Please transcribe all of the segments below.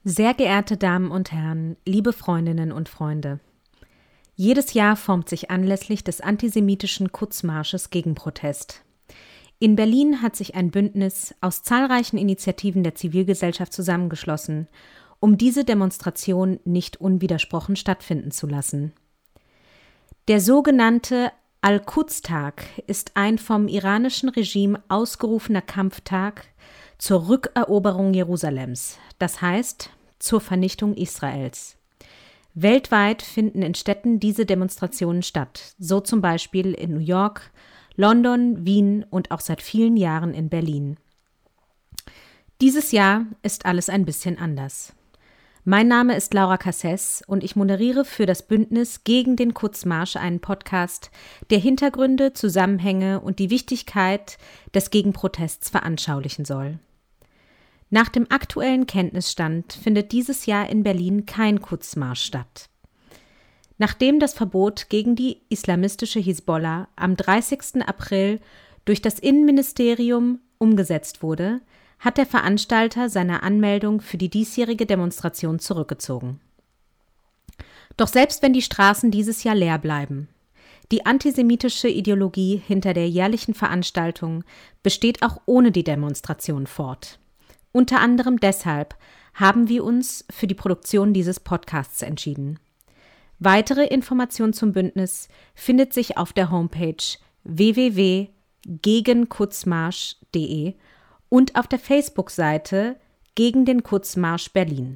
Sehr geehrte Damen und Herren, liebe Freundinnen und Freunde. Jedes Jahr formt sich anlässlich des antisemitischen Quds-Marsches Gegenprotest. In Berlin hat sich ein Bündnis aus zahlreichen Initiativen der Zivilgesellschaft zusammengeschlossen, um diese Demonstration nicht unwidersprochen stattfinden zu lassen. Der sogenannte Al-Quds-Tag ist ein vom iranischen Regime ausgerufener Kampftag zur Rückeroberung Jerusalems, das heißt zur Vernichtung Israels. Weltweit finden in Städten diese Demonstrationen statt, so zum Beispiel in New York, London, Wien und auch seit vielen Jahren in Berlin. Dieses Jahr ist alles ein bisschen anders. Mein Name ist Laura Cassess und ich moderiere für das Bündnis gegen den Quds-Marsch einen Podcast, der Hintergründe, Zusammenhänge und die Wichtigkeit des Gegenprotests veranschaulichen soll. Nach dem aktuellen Kenntnisstand findet dieses Jahr in Berlin kein Quds-Marsch statt. Nachdem das Verbot gegen die islamistische Hisbollah am 30. April durch das Innenministerium umgesetzt wurde, hat der Veranstalter seine Anmeldung für die diesjährige Demonstration zurückgezogen. Doch selbst wenn die Straßen dieses Jahr leer bleiben, die antisemitische Ideologie hinter der jährlichen Veranstaltung besteht auch ohne die Demonstration fort. Unter anderem deshalb haben wir uns für die Produktion dieses Podcasts entschieden. Weitere Informationen zum Bündnis findet sich auf der Homepage www.gegenqudsmarsch.de und auf der Facebook-Seite Gegen den Quds-Marsch Berlin.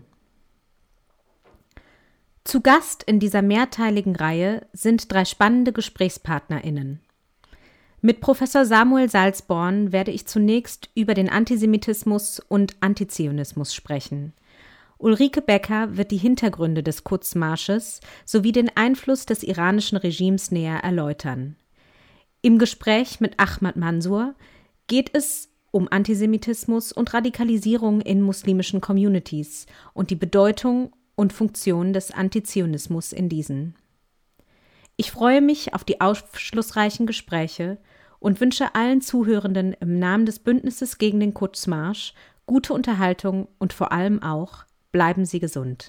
Zu Gast in dieser mehrteiligen Reihe sind 3 spannende GesprächspartnerInnen. Mit Professor Samuel Salzborn werde ich zunächst über den Antisemitismus und Antizionismus sprechen. Ulrike Becker wird die Hintergründe des Quds-Marsches sowie den Einfluss des iranischen Regimes näher erläutern. Im Gespräch mit Ahmad Mansour geht es um Antisemitismus und Radikalisierung in muslimischen Communities und die Bedeutung und Funktion des Antizionismus in diesen. Ich freue mich auf die aufschlussreichen Gespräche und wünsche allen Zuhörenden im Namen des Bündnisses gegen den Quds-Marsch gute Unterhaltung und vor allem auch, bleiben Sie gesund.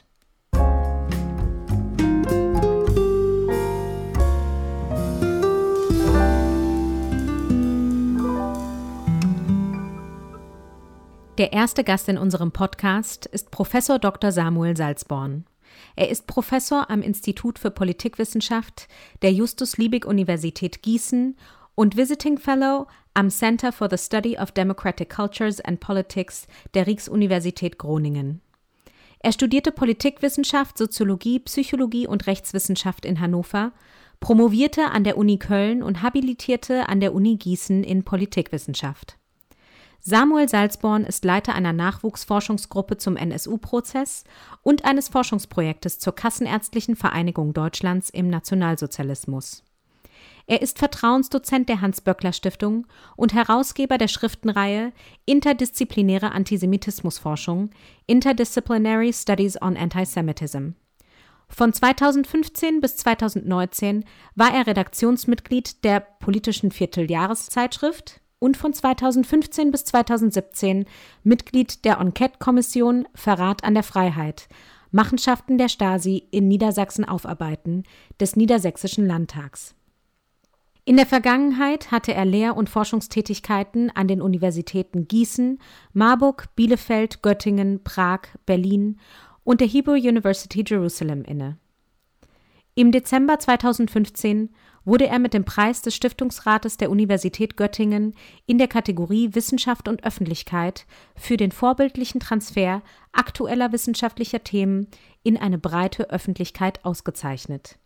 Der erste Gast in unserem Podcast ist Professor Dr. Samuel Salzborn. Er ist Professor am Institut für Politikwissenschaft der Justus-Liebig-Universität Gießen und Visiting Fellow am Center for the Study of Democratic Cultures and Politics der Rijksuniversität Groningen. Er studierte Politikwissenschaft, Soziologie, Psychologie und Rechtswissenschaft in Hannover, promovierte an der Uni Köln und habilitierte an der Uni Gießen in Politikwissenschaft. Samuel Salzborn ist Leiter einer Nachwuchsforschungsgruppe zum NSU-Prozess und eines Forschungsprojektes zur Kassenärztlichen Vereinigung Deutschlands im Nationalsozialismus. Er ist Vertrauensdozent der Hans-Böckler-Stiftung und Herausgeber der Schriftenreihe Interdisziplinäre Antisemitismusforschung – Interdisciplinary Studies on Antisemitism. Von 2015 bis 2019 war er Redaktionsmitglied der politischen Vierteljahreszeitschrift und von 2015 bis 2017 Mitglied der Enquete-Kommission Verrat an der Freiheit – Machenschaften der Stasi in Niedersachsen aufarbeiten des Niedersächsischen Landtags. In der Vergangenheit hatte er Lehr- und Forschungstätigkeiten an den Universitäten Gießen, Marburg, Bielefeld, Göttingen, Prag, Berlin und der Hebrew University Jerusalem inne. Im Dezember 2015 wurde er mit dem Preis des Stiftungsrates der Universität Göttingen in der Kategorie Wissenschaft und Öffentlichkeit für den vorbildlichen Transfer aktueller wissenschaftlicher Themen in eine breite Öffentlichkeit ausgezeichnet.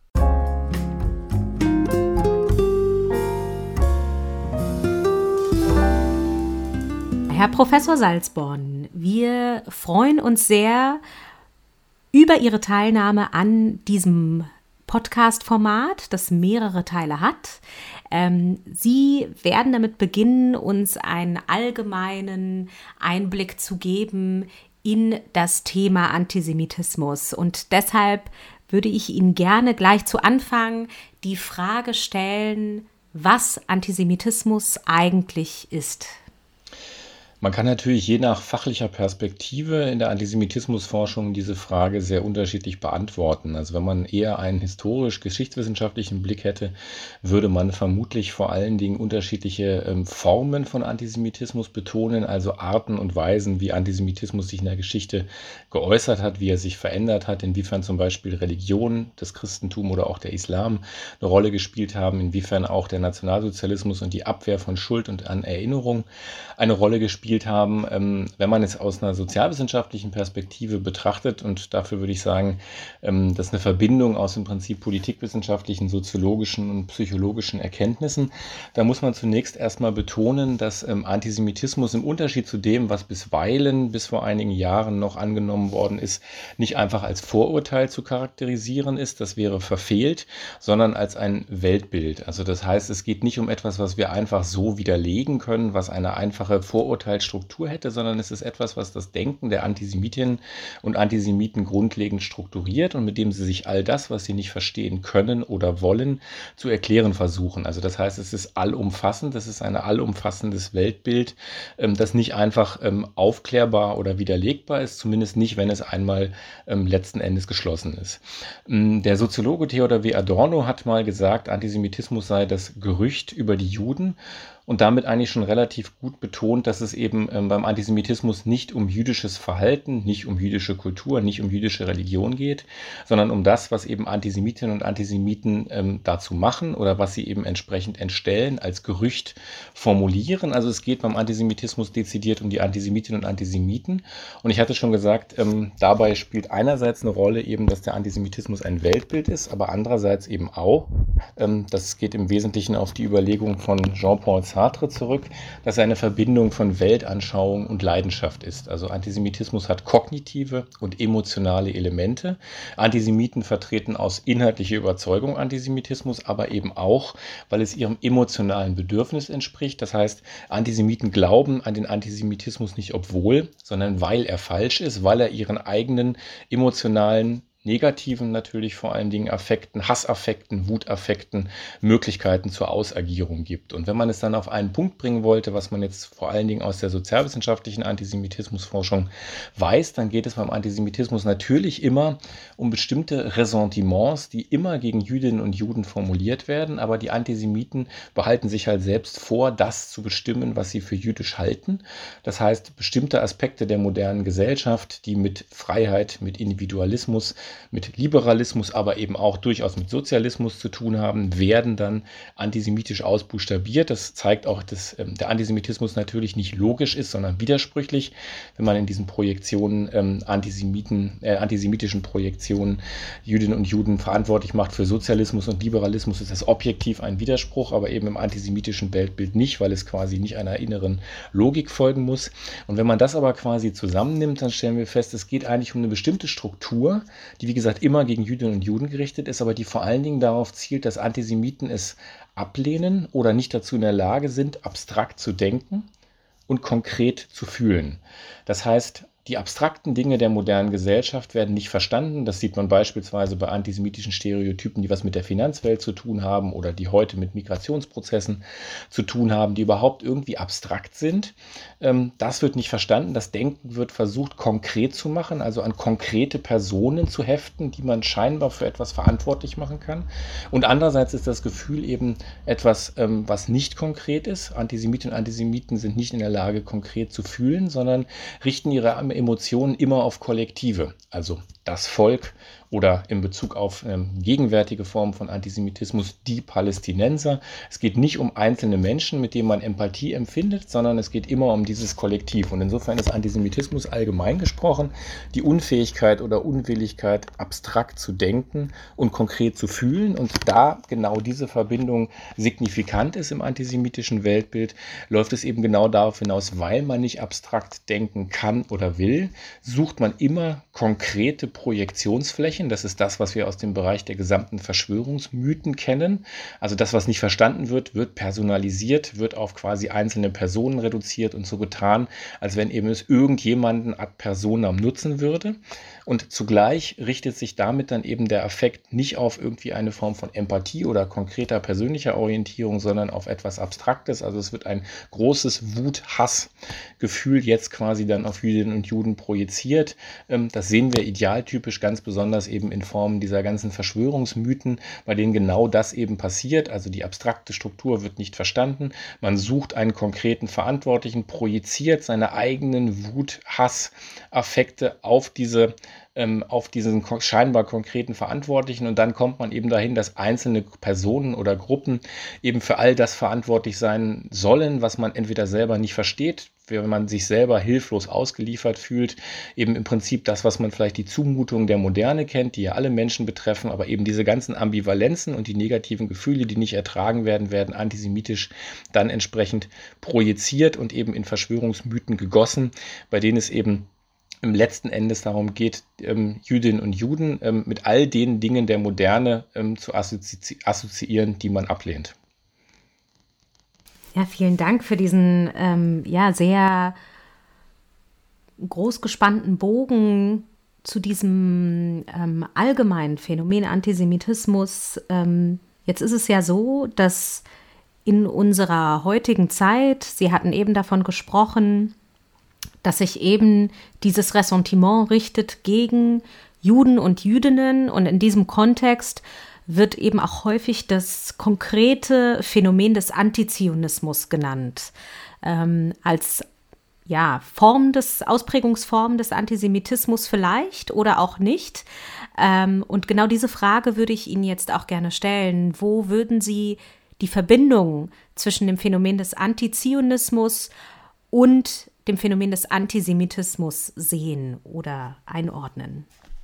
Herr Professor Salzborn, wir freuen uns sehr über Ihre Teilnahme an diesem Podcast-Format, das mehrere Teile hat. Sie werden damit beginnen, uns einen allgemeinen Einblick zu geben in das Thema Antisemitismus. Und deshalb würde ich Ihnen gerne gleich zu Anfang die Frage stellen, was Antisemitismus eigentlich ist. Man kann natürlich je nach fachlicher Perspektive in der Antisemitismusforschung diese Frage sehr unterschiedlich beantworten. Also wenn man eher einen historisch-geschichtswissenschaftlichen Blick hätte, würde man vermutlich vor allen Dingen unterschiedliche Formen von Antisemitismus betonen, also Arten und Weisen, wie Antisemitismus sich in der Geschichte geäußert hat, wie er sich verändert hat, inwiefern zum Beispiel Religion, das Christentum oder auch der Islam eine Rolle gespielt haben, inwiefern auch der Nationalsozialismus und die Abwehr von Schuld und an Erinnerung eine Rolle gespielt haben. Wenn man es aus einer sozialwissenschaftlichen Perspektive betrachtet, und dafür würde ich sagen, das ist eine Verbindung aus im Prinzip politikwissenschaftlichen, soziologischen und psychologischen Erkenntnissen, da muss man zunächst erstmal betonen, dass Antisemitismus im Unterschied zu dem, was bisweilen bis vor einigen Jahren noch angenommen worden ist, nicht einfach als Vorurteil zu charakterisieren ist, das wäre verfehlt, sondern als ein Weltbild. Also das heißt, es geht nicht um etwas, was wir einfach so widerlegen können, was eine einfache Vorurteilsstruktur hätte, sondern es ist etwas, was das Denken der Antisemitinnen und Antisemiten grundlegend strukturiert und mit dem sie sich all das, was sie nicht verstehen können oder wollen, zu erklären versuchen. Also das heißt, es ist allumfassend, es ist ein allumfassendes Weltbild, das nicht einfach aufklärbar oder widerlegbar ist, zumindest nicht, wenn es einmal letzten Endes geschlossen ist. Der Soziologe Theodor W. Adorno hat mal gesagt, Antisemitismus sei das Gerücht über die Juden. Und damit eigentlich schon relativ gut betont, dass es eben beim Antisemitismus nicht um jüdisches Verhalten, nicht um jüdische Kultur, nicht um jüdische Religion geht, sondern um das, was eben Antisemitinnen und Antisemiten dazu machen oder was sie eben entsprechend entstellen, als Gerücht formulieren. Also es geht beim Antisemitismus dezidiert um die Antisemitinnen und Antisemiten. Und ich hatte schon gesagt, dabei spielt einerseits eine Rolle eben, dass der Antisemitismus ein Weltbild ist, aber andererseits eben auch, das geht im Wesentlichen auf die Überlegung von Jean-Paul Sartre zurück, dass er eine Verbindung von Weltanschauung und Leidenschaft ist. Also Antisemitismus hat kognitive und emotionale Elemente. Antisemiten vertreten aus inhaltlicher Überzeugung Antisemitismus, aber eben auch, weil es ihrem emotionalen Bedürfnis entspricht. Das heißt, Antisemiten glauben an den Antisemitismus nicht obwohl, sondern weil er falsch ist, weil er ihren eigenen emotionalen negativen natürlich vor allen Dingen Affekten, Hassaffekten, Wutaffekten Möglichkeiten zur Ausagierung gibt. Und wenn man es dann auf einen Punkt bringen wollte, was man jetzt vor allen Dingen aus der sozialwissenschaftlichen Antisemitismusforschung weiß, dann geht es beim Antisemitismus natürlich immer um bestimmte Ressentiments, die immer gegen Jüdinnen und Juden formuliert werden, aber die Antisemiten behalten sich halt selbst vor, das zu bestimmen, was sie für jüdisch halten. Das heißt, bestimmte Aspekte der modernen Gesellschaft, die mit Freiheit, mit Individualismus, mit Liberalismus, aber eben auch durchaus mit Sozialismus zu tun haben, werden dann antisemitisch ausbuchstabiert. Das zeigt auch, dass der Antisemitismus natürlich nicht logisch ist, sondern widersprüchlich. Wenn man in diesen Projektionen antisemitischen Projektionen Jüdinnen und Juden verantwortlich macht für Sozialismus und Liberalismus, ist das objektiv ein Widerspruch, aber eben im antisemitischen Weltbild nicht, weil es quasi nicht einer inneren Logik folgen muss. Und wenn man das aber quasi zusammennimmt, dann stellen wir fest, es geht eigentlich um eine bestimmte Struktur, die wie gesagt immer gegen Jüdinnen und Juden gerichtet ist, aber die vor allen Dingen darauf zielt, dass Antisemiten es ablehnen oder nicht dazu in der Lage sind, abstrakt zu denken und konkret zu fühlen. Das heißt, die abstrakten Dinge der modernen Gesellschaft werden nicht verstanden. Das sieht man beispielsweise bei antisemitischen Stereotypen, die was mit der Finanzwelt zu tun haben oder die heute mit Migrationsprozessen zu tun haben, die überhaupt irgendwie abstrakt sind. Das wird nicht verstanden. Das Denken wird versucht, konkret zu machen, also an konkrete Personen zu heften, die man scheinbar für etwas verantwortlich machen kann. Und andererseits ist das Gefühl eben etwas, was nicht konkret ist. Antisemitinnen und Antisemiten sind nicht in der Lage, konkret zu fühlen, sondern richten ihre Emotionen immer auf Kollektive, also das Volk oder in Bezug auf gegenwärtige Formen von Antisemitismus die Palästinenser. Es geht nicht um einzelne Menschen, mit denen man Empathie empfindet, sondern es geht immer um dieses Kollektiv. Und insofern ist Antisemitismus allgemein gesprochen die Unfähigkeit oder Unwilligkeit, abstrakt zu denken und konkret zu fühlen. Und da genau diese Verbindung signifikant ist im antisemitischen Weltbild, läuft es eben genau darauf hinaus, weil man nicht abstrakt denken kann oder will, sucht man immer konkrete Projektionsflächen, sprechen. Das ist das, was wir aus dem Bereich der gesamten Verschwörungsmythen kennen. Also das, was nicht verstanden wird, wird personalisiert, wird auf quasi einzelne Personen reduziert und so getan, als wenn eben es irgendjemanden ad personam nutzen würde. Und zugleich richtet sich damit dann eben der Affekt nicht auf irgendwie eine Form von Empathie oder konkreter persönlicher Orientierung, sondern auf etwas Abstraktes. Also es wird ein großes Wut-Hass-Gefühl jetzt quasi dann auf Jüdinnen und Juden projiziert. Das sehen wir idealtypisch ganz besonders eben in Form dieser ganzen Verschwörungsmythen, bei denen genau das eben passiert. Also die abstrakte Struktur wird nicht verstanden. Man sucht einen konkreten Verantwortlichen, projiziert seine eigenen Wut-Hass-Affekte auf diesen scheinbar konkreten Verantwortlichen, und dann kommt man eben dahin, dass einzelne Personen oder Gruppen eben für all das verantwortlich sein sollen, was man entweder selber nicht versteht, wenn man sich selber hilflos ausgeliefert fühlt, eben im Prinzip das, was man vielleicht die Zumutung der Moderne kennt, die ja alle Menschen betreffen, aber eben diese ganzen Ambivalenzen und die negativen Gefühle, die nicht ertragen werden, werden antisemitisch dann entsprechend projiziert und eben in Verschwörungsmythen gegossen, bei denen es eben im letzten Endes darum geht, Jüdinnen und Juden mit all den Dingen der Moderne zu assoziieren, die man ablehnt. Ja, vielen Dank für diesen sehr großgespannten Bogen zu diesem allgemeinen Phänomen Antisemitismus. Jetzt ist es ja so, dass in unserer heutigen Zeit, Sie hatten eben davon gesprochen, dass sich eben dieses Ressentiment richtet gegen Juden und Jüdinnen, und in diesem Kontext wird eben auch häufig das konkrete Phänomen des Antizionismus genannt, als Ausprägungsform des Antisemitismus vielleicht oder auch nicht. Und genau diese Frage würde ich Ihnen jetzt auch gerne stellen. Wo würden Sie die Verbindung zwischen dem Phänomen des Antizionismus und dem Phänomen des Antisemitismus sehen oder einordnen?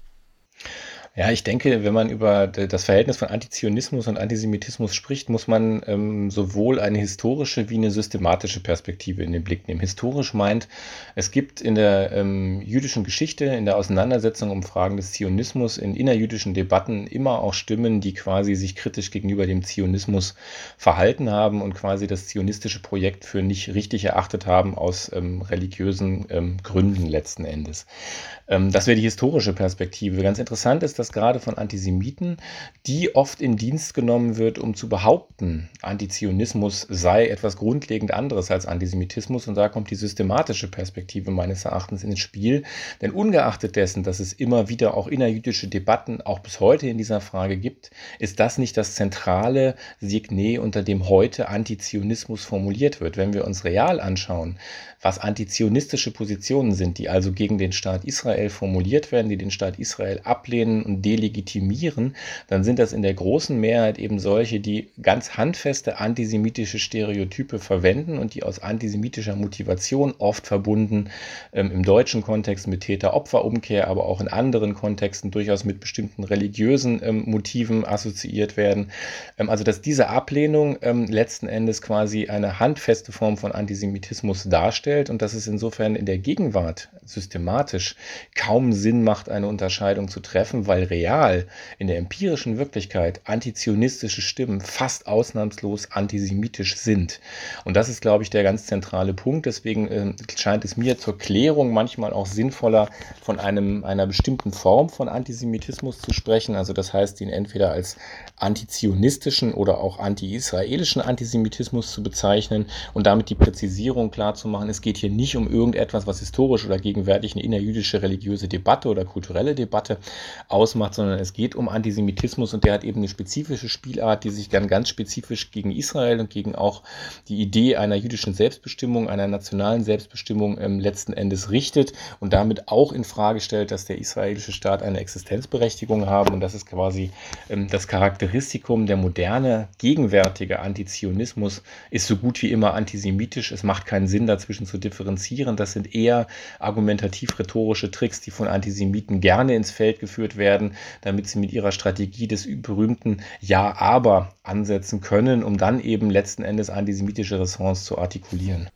Ja, ich denke, wenn man über das Verhältnis von Antizionismus und Antisemitismus spricht, muss man sowohl eine historische wie eine systematische Perspektive in den Blick nehmen. Historisch meint, es gibt in der jüdischen Geschichte, in der Auseinandersetzung um Fragen des Zionismus, in innerjüdischen Debatten immer auch Stimmen, die quasi sich kritisch gegenüber dem Zionismus verhalten haben und quasi das zionistische Projekt für nicht richtig erachtet haben aus religiösen Gründen letzten Endes. Das wäre die historische Perspektive. Ganz interessant ist, dass gerade von Antisemiten, die oft in Dienst genommen wird, um zu behaupten, Antizionismus sei etwas grundlegend anderes als Antisemitismus. Und da kommt die systematische Perspektive meines Erachtens ins Spiel. Denn ungeachtet dessen, dass es immer wieder auch innerjüdische Debatten auch bis heute in dieser Frage gibt, ist das nicht das zentrale Signet, unter dem heute Antizionismus formuliert wird. Wenn wir uns real anschauen, was antizionistische Positionen sind, die also gegen den Staat Israel formuliert werden, die den Staat Israel ablehnen und delegitimieren, dann sind das in der großen Mehrheit eben solche, die ganz handfeste antisemitische Stereotype verwenden und die aus antisemitischer Motivation, oft verbunden im deutschen Kontext mit Täter-Opfer-Umkehr, aber auch in anderen Kontexten durchaus mit bestimmten religiösen Motiven assoziiert werden. Also dass diese Ablehnung letzten Endes quasi eine handfeste Form von Antisemitismus darstellt und dass es insofern in der Gegenwart systematisch kaum Sinn macht, eine Unterscheidung zu treffen, weil real in der empirischen Wirklichkeit antizionistische Stimmen fast ausnahmslos antisemitisch sind. Und das ist, glaube ich, der ganz zentrale Punkt. Deswegen scheint es mir zur Klärung manchmal auch sinnvoller, von einer bestimmten Form von Antisemitismus zu sprechen. Also das heißt, ihn entweder als antizionistischen oder auch anti-israelischen Antisemitismus zu bezeichnen und damit die Präzisierung klarzumachen, es geht hier nicht um irgendetwas, was historisch oder gegenwärtig eine innerjüdische religiöse Debatte oder kulturelle Debatte ausmacht, sondern es geht um Antisemitismus und der hat eben eine spezifische Spielart, die sich dann ganz spezifisch gegen Israel und gegen auch die Idee einer jüdischen Selbstbestimmung, einer nationalen Selbstbestimmung letzten Endes richtet und damit auch in Frage stellt, dass der israelische Staat eine Existenzberechtigung habe, und das ist quasi das Charakteristikum. Der moderne, gegenwärtige Antizionismus ist so gut wie immer antisemitisch. Es macht keinen Sinn, dazwischen zu differenzieren. Das sind eher argumentativ-rhetorische Tricks, die von Antisemiten gerne ins Feld geführt werden, damit sie mit ihrer Strategie des berühmten Ja-Aber ansetzen können, um dann eben letzten Endes antisemitische Ressentiments zu artikulieren.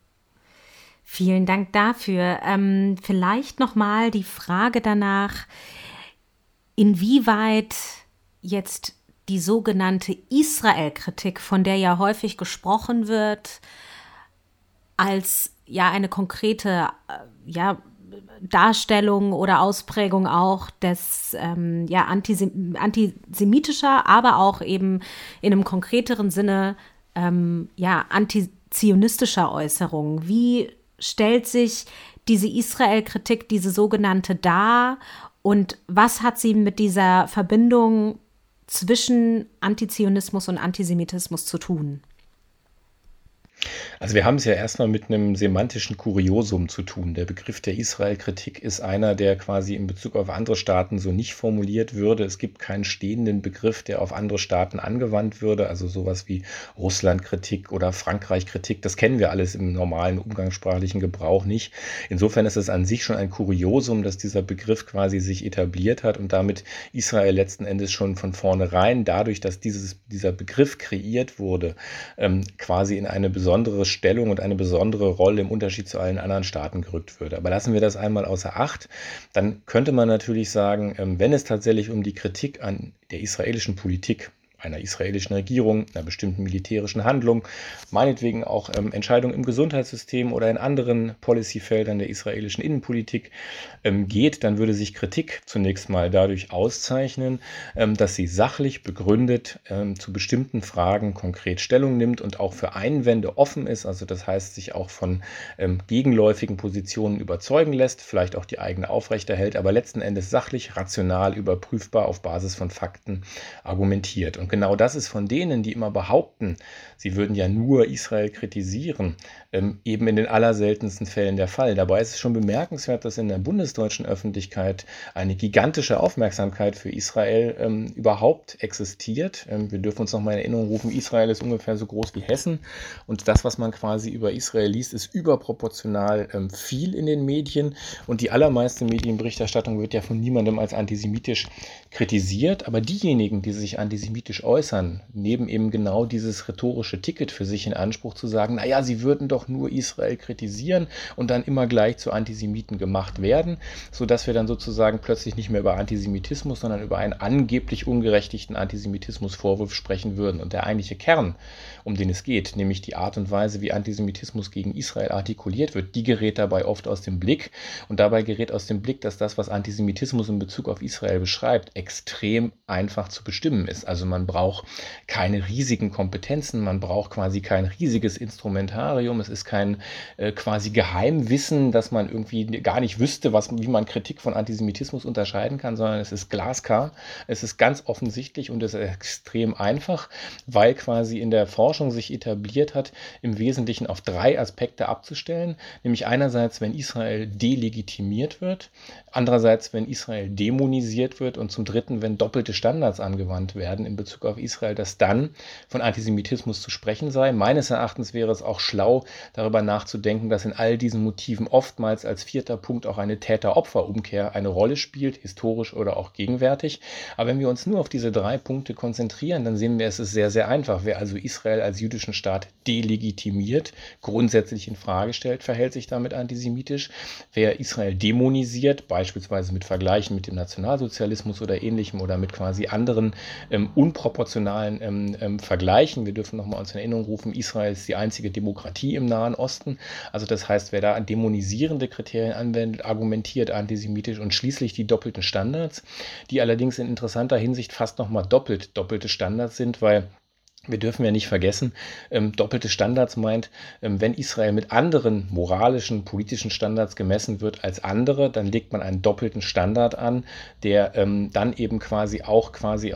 Vielen Dank dafür. Vielleicht nochmal die Frage danach, inwieweit jetzt die sogenannte Israel-Kritik, von der ja häufig gesprochen wird, als ja eine konkrete Darstellung oder Ausprägung auch des antisemitischer, aber auch eben in einem konkreteren Sinne antizionistischer Äußerungen. Wie stellt sich diese Israel-Kritik, diese sogenannte, dar und was hat sie mit dieser Verbindung zwischen Antizionismus und Antisemitismus zu tun? Also wir haben es ja erstmal mit einem semantischen Kuriosum zu tun. Der Begriff der Israel-Kritik ist einer, der quasi in Bezug auf andere Staaten so nicht formuliert würde. Es gibt keinen stehenden Begriff, der auf andere Staaten angewandt würde. Also sowas wie Russland-Kritik oder Frankreich-Kritik, das kennen wir alles im normalen umgangssprachlichen Gebrauch nicht. Insofern ist es an sich schon ein Kuriosum, dass dieser Begriff quasi sich etabliert hat und damit Israel letzten Endes schon von vornherein, dadurch, dass dieser Begriff kreiert wurde, quasi in eine besondere Stellung und eine besondere Rolle im Unterschied zu allen anderen Staaten gerückt würde. Aber lassen wir das einmal außer Acht. Dann könnte man natürlich sagen, wenn es tatsächlich um die Kritik an der israelischen Politik, einer israelischen Regierung, einer bestimmten militärischen Handlung, meinetwegen auch Entscheidungen im Gesundheitssystem oder in anderen Policyfeldern der israelischen Innenpolitik geht, dann würde sich Kritik zunächst mal dadurch auszeichnen, dass sie sachlich begründet zu bestimmten Fragen konkret Stellung nimmt und auch für Einwände offen ist, also das heißt, sich auch von gegenläufigen Positionen überzeugen lässt, vielleicht auch die eigene aufrechterhält, aber letzten Endes sachlich, rational, überprüfbar auf Basis von Fakten argumentiert. Und genau das ist von denen, die immer behaupten, sie würden ja nur Israel kritisieren, eben in den allerseltensten Fällen der Fall. Dabei ist es schon bemerkenswert, dass in der bundesdeutschen Öffentlichkeit eine gigantische Aufmerksamkeit für Israel überhaupt existiert. Wir dürfen uns noch mal in Erinnerung rufen, Israel ist ungefähr so groß wie Hessen und das, was man quasi über Israel liest, ist überproportional viel in den Medien und die allermeiste Medienberichterstattung wird ja von niemandem als antisemitisch kritisiert, aber diejenigen, die sich antisemitisch äußern, nehmen eben genau dieses rhetorische Ticket für sich in Anspruch zu sagen, naja, sie würden doch nur Israel kritisieren und dann immer gleich zu Antisemiten gemacht werden, sodass wir dann sozusagen plötzlich nicht mehr über Antisemitismus, sondern über einen angeblich ungerechtigten Antisemitismusvorwurf sprechen würden. Und der eigentliche Kern, um den es geht, nämlich die Art und Weise, wie Antisemitismus gegen Israel artikuliert wird, die gerät dabei oft aus dem Blick. Und dabei gerät aus dem Blick, dass das, was Antisemitismus in Bezug auf Israel beschreibt, extrem einfach zu bestimmen ist. Also man braucht keine riesigen Kompetenzen, man braucht quasi kein riesiges Instrumentarium, es ist kein quasi Geheimwissen, dass man irgendwie gar nicht wüsste, wie man Kritik von Antisemitismus unterscheiden kann, sondern es ist glasklar, es ist ganz offensichtlich und es ist extrem einfach, weil quasi in der Forschung sich etabliert hat, im Wesentlichen auf 3 Aspekte abzustellen, nämlich einerseits, wenn Israel delegitimiert wird, andererseits, wenn Israel dämonisiert wird und zum Dritten, wenn doppelte Standards angewandt werden in Bezug auf Israel, dass dann von Antisemitismus zu sprechen sei. Meines Erachtens wäre es auch schlau, darüber nachzudenken, dass in all diesen Motiven oftmals als 4. Punkt auch eine Täter-Opfer-Umkehr eine Rolle spielt, historisch oder auch gegenwärtig. Aber wenn wir uns nur auf diese 3 Punkte konzentrieren, dann sehen wir, es ist sehr, sehr einfach. Wer also Israel als jüdischen Staat delegitimiert, grundsätzlich in Frage stellt, verhält sich damit antisemitisch. Wer Israel dämonisiert, beispielsweise mit Vergleichen mit dem Nationalsozialismus oder Ähnlichem oder mit quasi anderen unproportionalen Vergleichen. Wir dürfen nochmal uns in Erinnerung rufen, Israel ist die einzige Demokratie im Nahen Osten. Also das heißt, wer da dämonisierende Kriterien anwendet, argumentiert antisemitisch und schließlich die doppelten Standards, die allerdings in interessanter Hinsicht fast nochmal doppelte Standards sind, weil wir dürfen ja nicht vergessen, doppelte Standards meint, wenn Israel mit anderen moralischen, politischen Standards gemessen wird als andere, dann legt man einen doppelten Standard an, der dann eben quasi auf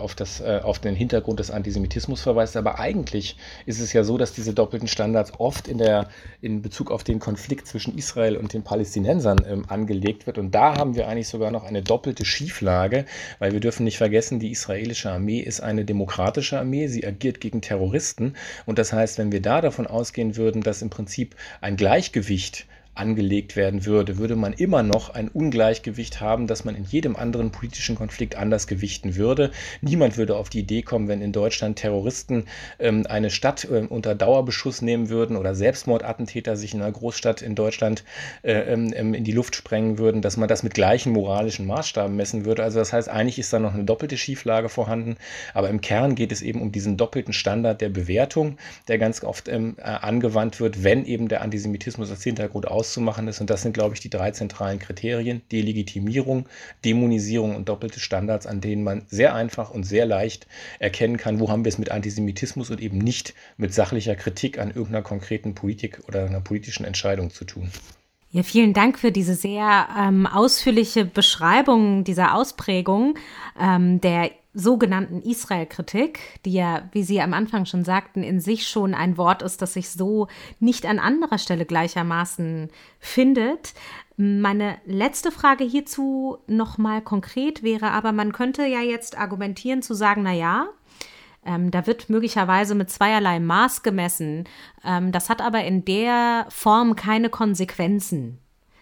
den Hintergrund des Antisemitismus verweist. Aber eigentlich ist es ja so, dass diese doppelten Standards oft in Bezug auf den Konflikt zwischen Israel und den Palästinensern angelegt wird. Und da haben wir eigentlich sogar noch eine doppelte Schieflage, weil wir dürfen nicht vergessen, die israelische Armee ist eine demokratische Armee, sie agiert gegen Terroristen und das heißt, wenn wir da davon ausgehen würden, dass im Prinzip ein Gleichgewicht angelegt werden würde, würde man immer noch ein Ungleichgewicht haben, das man in jedem anderen politischen Konflikt anders gewichten würde. Niemand würde auf die Idee kommen, wenn in Deutschland Terroristen eine Stadt unter Dauerbeschuss nehmen würden oder Selbstmordattentäter sich in einer Großstadt in Deutschland in die Luft sprengen würden, dass man das mit gleichen moralischen Maßstaben messen würde. Also das heißt, eigentlich ist da noch eine doppelte Schieflage vorhanden, aber im Kern geht es eben um diesen doppelten Standard der Bewertung, der ganz oft angewandt wird, wenn eben der Antisemitismus als Hintergrund auszumachen ist. Und das sind, glaube ich, die 3 zentralen Kriterien: Delegitimierung, Dämonisierung und doppelte Standards, an denen man sehr einfach und sehr leicht erkennen kann, wo haben wir es mit Antisemitismus und eben nicht mit sachlicher Kritik an irgendeiner konkreten Politik oder einer politischen Entscheidung zu tun. Ja, vielen Dank für diese sehr ausführliche Beschreibung dieser Ausprägung der sogenannten Israel-Kritik, die ja, wie Sie am Anfang schon sagten, in sich schon ein Wort ist, das sich so nicht an anderer Stelle gleichermaßen findet. Meine letzte Frage hierzu nochmal konkret wäre aber, man könnte ja jetzt argumentieren zu sagen, na ja, da wird möglicherweise mit zweierlei Maß gemessen. Das hat aber in der Form keine Konsequenzen.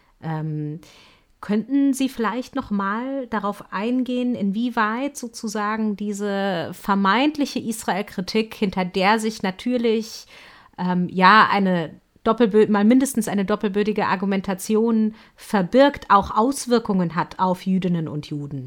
Könnten Sie vielleicht noch mal darauf eingehen, inwieweit sozusagen diese vermeintliche Israel-Kritik, hinter der sich natürlich eine mal mindestens eine doppelbödige Argumentation verbirgt, auch Auswirkungen hat auf Jüdinnen und Juden?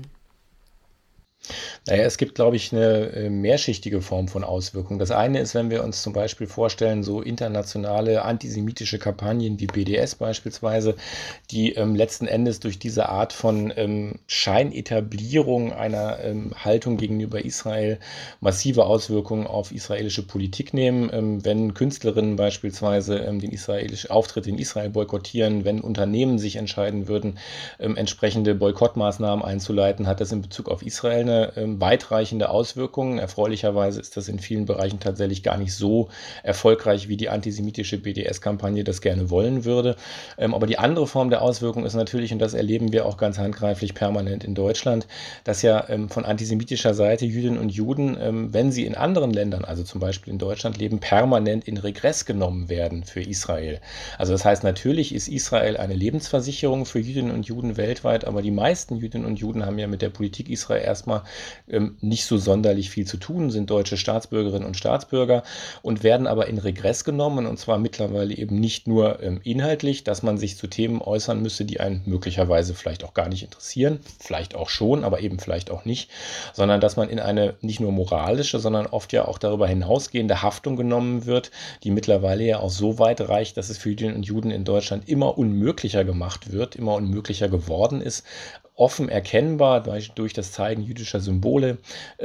Naja, es gibt, glaube ich, eine mehrschichtige Form von Auswirkungen. Das eine ist, wenn wir uns zum Beispiel vorstellen, so internationale antisemitische Kampagnen wie BDS beispielsweise, die letzten Endes durch diese Art von Scheinetablierung einer Haltung gegenüber Israel massive Auswirkungen auf israelische Politik nehmen. Wenn Künstlerinnen beispielsweise den Auftritt in Israel boykottieren, wenn Unternehmen sich entscheiden würden, entsprechende Boykottmaßnahmen einzuleiten, hat das in Bezug auf Israel eine weitreichende Auswirkungen. Erfreulicherweise ist das in vielen Bereichen tatsächlich gar nicht so erfolgreich, wie die antisemitische BDS-Kampagne das gerne wollen würde. Aber die andere Form der Auswirkung ist natürlich, und das erleben wir auch ganz handgreiflich permanent in Deutschland, dass ja von antisemitischer Seite Jüdinnen und Juden, wenn sie in anderen Ländern, also zum Beispiel in Deutschland leben, permanent in Regress genommen werden für Israel. Also das heißt, natürlich ist Israel eine Lebensversicherung für Jüdinnen und Juden weltweit, aber die meisten Jüdinnen und Juden haben ja mit der Politik Israel erstmal nicht so sonderlich viel zu tun, sind deutsche Staatsbürgerinnen und Staatsbürger und werden aber in Regress genommen, und zwar mittlerweile eben nicht nur inhaltlich, dass man sich zu Themen äußern müsste, die einen möglicherweise vielleicht auch gar nicht interessieren, vielleicht auch schon, aber eben vielleicht auch nicht, sondern dass man in eine nicht nur moralische, sondern oft ja auch darüber hinausgehende Haftung genommen wird, die mittlerweile ja auch so weit reicht, dass es für Jüdinnen und Juden in Deutschland immer unmöglicher gemacht wird, immer unmöglicher geworden ist, offen erkennbar durch das Zeigen jüdischer Symbole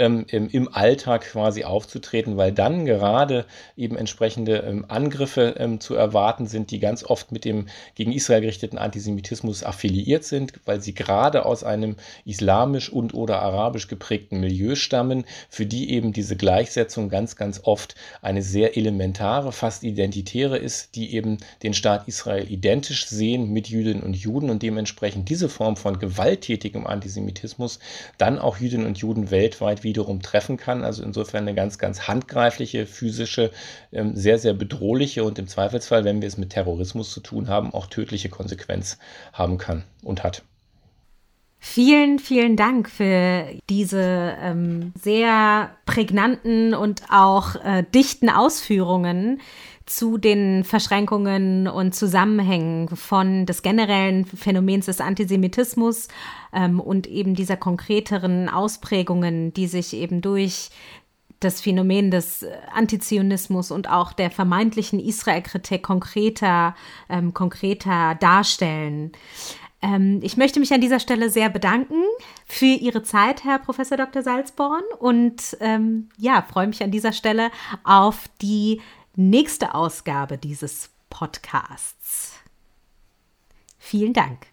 im Alltag quasi aufzutreten, weil dann gerade eben entsprechende Angriffe zu erwarten sind, die ganz oft mit dem gegen Israel gerichteten Antisemitismus affiliiert sind, weil sie gerade aus einem islamisch und oder arabisch geprägten Milieu stammen, für die eben diese Gleichsetzung ganz, ganz oft eine sehr elementare, fast identitäre ist, die eben den Staat Israel identisch sehen mit Jüdinnen und Juden und dementsprechend diese Form von gewalttätigem Antisemitismus dann auch Jüdinnen und Juden weltweit wiederum treffen kann. Also insofern eine ganz, ganz handgreifliche, physische, sehr, sehr bedrohliche und im Zweifelsfall, wenn wir es mit Terrorismus zu tun haben, auch tödliche Konsequenz haben kann und hat. Vielen, vielen Dank für diese sehr prägnanten und auch dichten Ausführungen zu den Verschränkungen und Zusammenhängen des generellen Phänomens des Antisemitismus und eben dieser konkreteren Ausprägungen, die sich eben durch das Phänomen des Antizionismus und auch der vermeintlichen Israel-Kritik konkreter darstellen. Ich möchte mich an dieser Stelle sehr bedanken für Ihre Zeit, Herr Professor Dr. Salzborn, und freue mich an dieser Stelle auf die nächste Ausgabe dieses Podcasts. Vielen Dank.